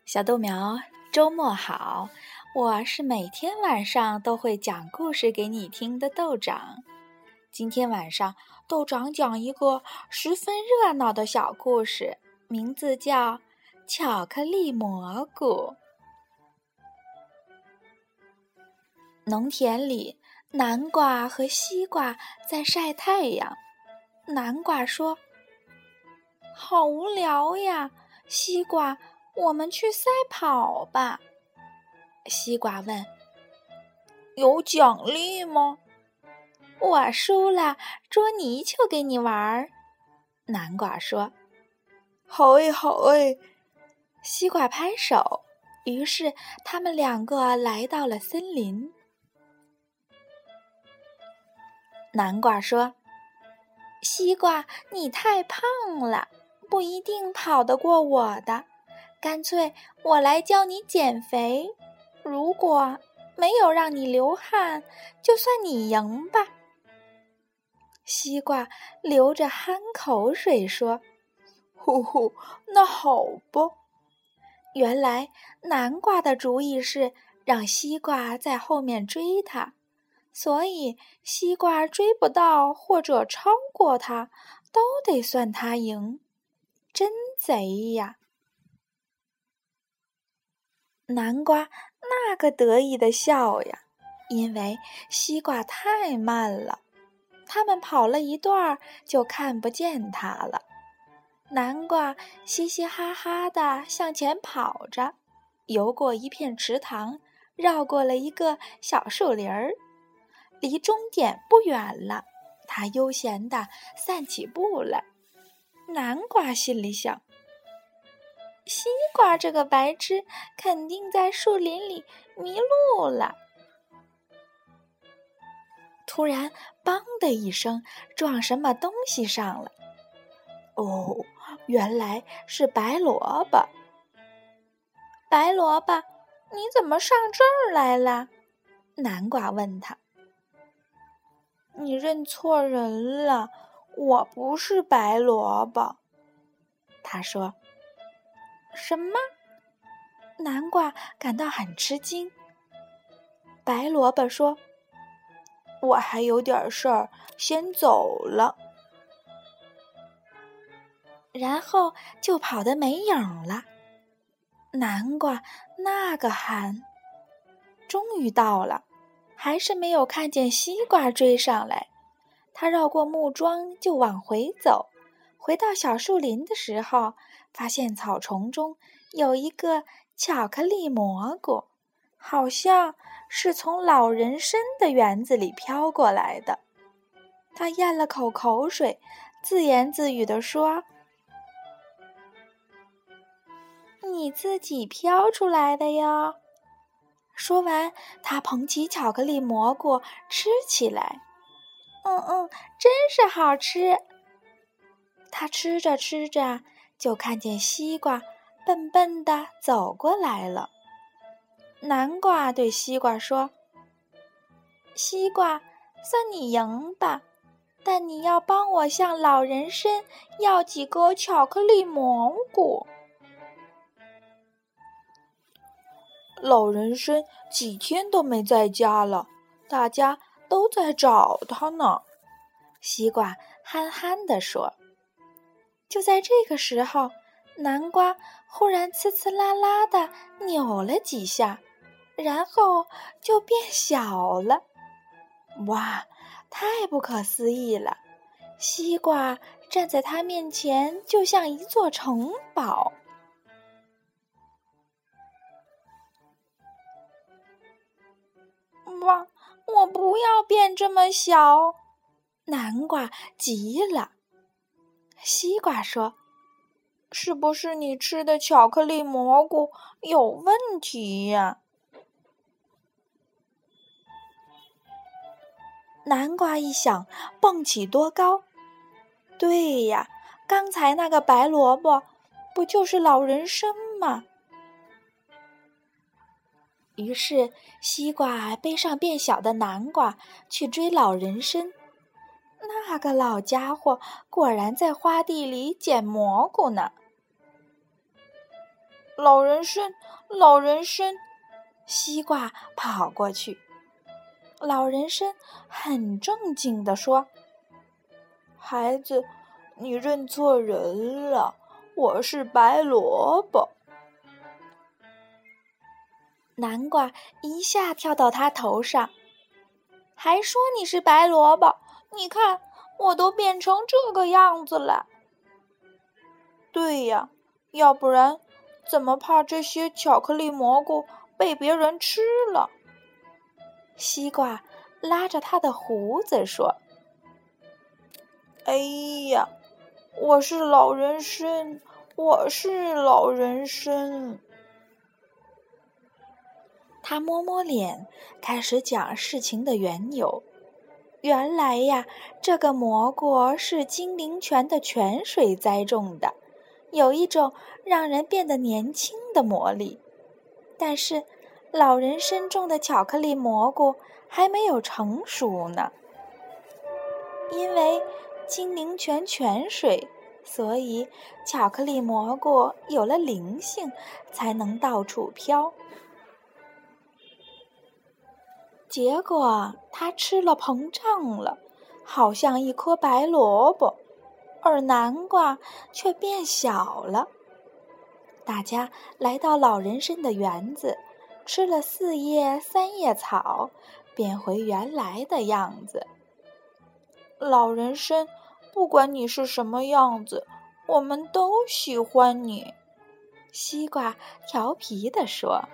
小豆苗，周末好！我是每天晚上都会讲故事给你听的豆长。今天晚上，豆长讲一个十分热闹的小故事，名字叫《巧克力蘑菇》。农田里，南瓜和西瓜在晒太阳。南瓜说：“好无聊呀！”西瓜，我们去赛跑吧。西瓜问：“有奖励吗？”我输了，捉泥鳅给你玩儿。南瓜说：“好诶，好诶。”西瓜拍手，于是他们两个来到了森林。南瓜说：“西瓜，你太胖了，不一定跑得过我的。干脆我来教你减肥，如果没有让你流汗，就算你赢吧。”西瓜流着汗口水说：“呼呼，那好吧。”原来南瓜的主意是让西瓜在后面追他，所以西瓜追不到或者超过他，都得算他赢。真贼呀！南瓜那个得意的笑呀，因为西瓜太慢了，他们跑了一段就看不见它了。南瓜嘻嘻哈哈地向前跑着，游过一片池塘，绕过了一个小树林儿，离终点不远了。它悠闲地散起步来。南瓜心里想：西瓜这个白痴肯定在树林里迷路了。突然，梆的一声，撞什么东西上了。哦，原来是白萝卜。白萝卜，你怎么上这儿来了？南瓜问他。你认错人了，我不是白萝卜。他说。什么？南瓜感到很吃惊。白萝卜说：“我还有点事儿，先走了。”然后就跑得没影了。南瓜那个寒，终于到了，还是没有看见西瓜追上来。他绕过木桩就往回走，回到小树林的时候，发现草丛中有一个巧克力蘑菇，好像是从老人参的园子里飘过来的。他咽了口水，自言自语地说：“你自己飘出来的呀。”说完，他捧起巧克力蘑菇吃起来。真是好吃。他吃着吃着，就看见西瓜笨笨地走过来了。南瓜对西瓜说：“西瓜，算你赢吧，但你要帮我向老人参要几个巧克力蘑菇。”老人参几天都没在家了，大家都在找他呢。西瓜憨憨地说。就在这个时候，南瓜忽然呲呲啦啦地扭了几下，然后就变小了。哇，太不可思议了！西瓜站在他面前就像一座城堡。哇，我不要变这么小！南瓜急了。西瓜说：“是不是你吃的巧克力蘑菇有问题呀？”南瓜一想，蹦起多高。对呀，刚才那个白萝卜不就是老人参吗？于是西瓜背上变小的南瓜去追老人参。那个老家伙果然在花地里捡蘑菇呢。 老人参，老人参！西瓜跑过去。老人参很正经地说：“孩子，你认错人了，我是白萝卜。”南瓜一下跳到他头上，还说你是白萝卜？你看，我都变成这个样子了。对呀，要不然怎么怕这些巧克力蘑菇被别人吃了？西瓜拉着他的胡子说：“哎呀，我是老人参，我是老人参。”他摸摸脸，开始讲事情的缘由。原来呀，这个蘑菇是精灵泉的泉水栽种的，有一种让人变得年轻的魔力。但是，老人参种的巧克力蘑菇还没有成熟呢。因为精灵泉泉水，所以巧克力蘑菇有了灵性，才能到处飘。结果它吃了膨胀了，好像一颗白萝卜，而南瓜却变小了。大家来到老人参的园子，吃了4叶3叶草，变回原来的样子。老人参，不管你是什么样子，我们都喜欢你。西瓜调皮地说。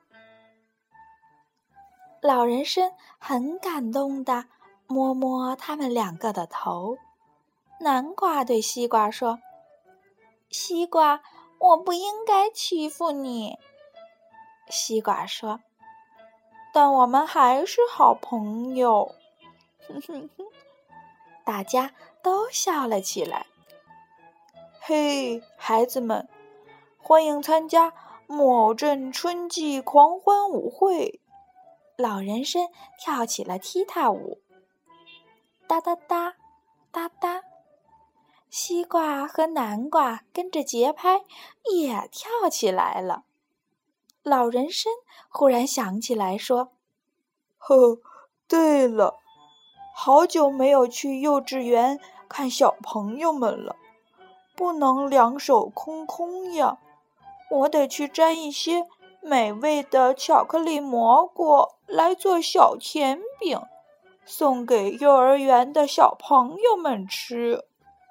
老人参很感动地摸摸他们2个的头。南瓜对西瓜说：“西瓜，我不应该欺负你。”西瓜说：“但我们还是好朋友。”哼哼哼，大家都笑了起来。嘿，孩子们，欢迎参加木偶镇春季狂欢舞会！老人参跳起了踢踏舞，哒哒哒，哒哒。西瓜和南瓜跟着节拍也跳起来了。老人参忽然想起来说：“呵，对了，好久没有去幼稚园看小朋友们了，不能两手空空呀，我得去摘一些美味的巧克力蘑菇来做小甜饼，送给幼儿园的小朋友们吃。”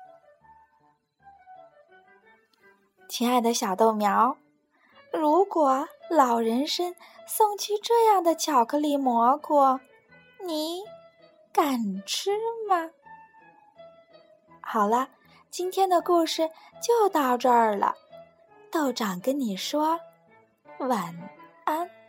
亲爱的小豆苗，如果老人参送去这样的巧克力蘑菇，你敢吃吗？好了，今天的故事就到这儿了。豆长跟你说晚安。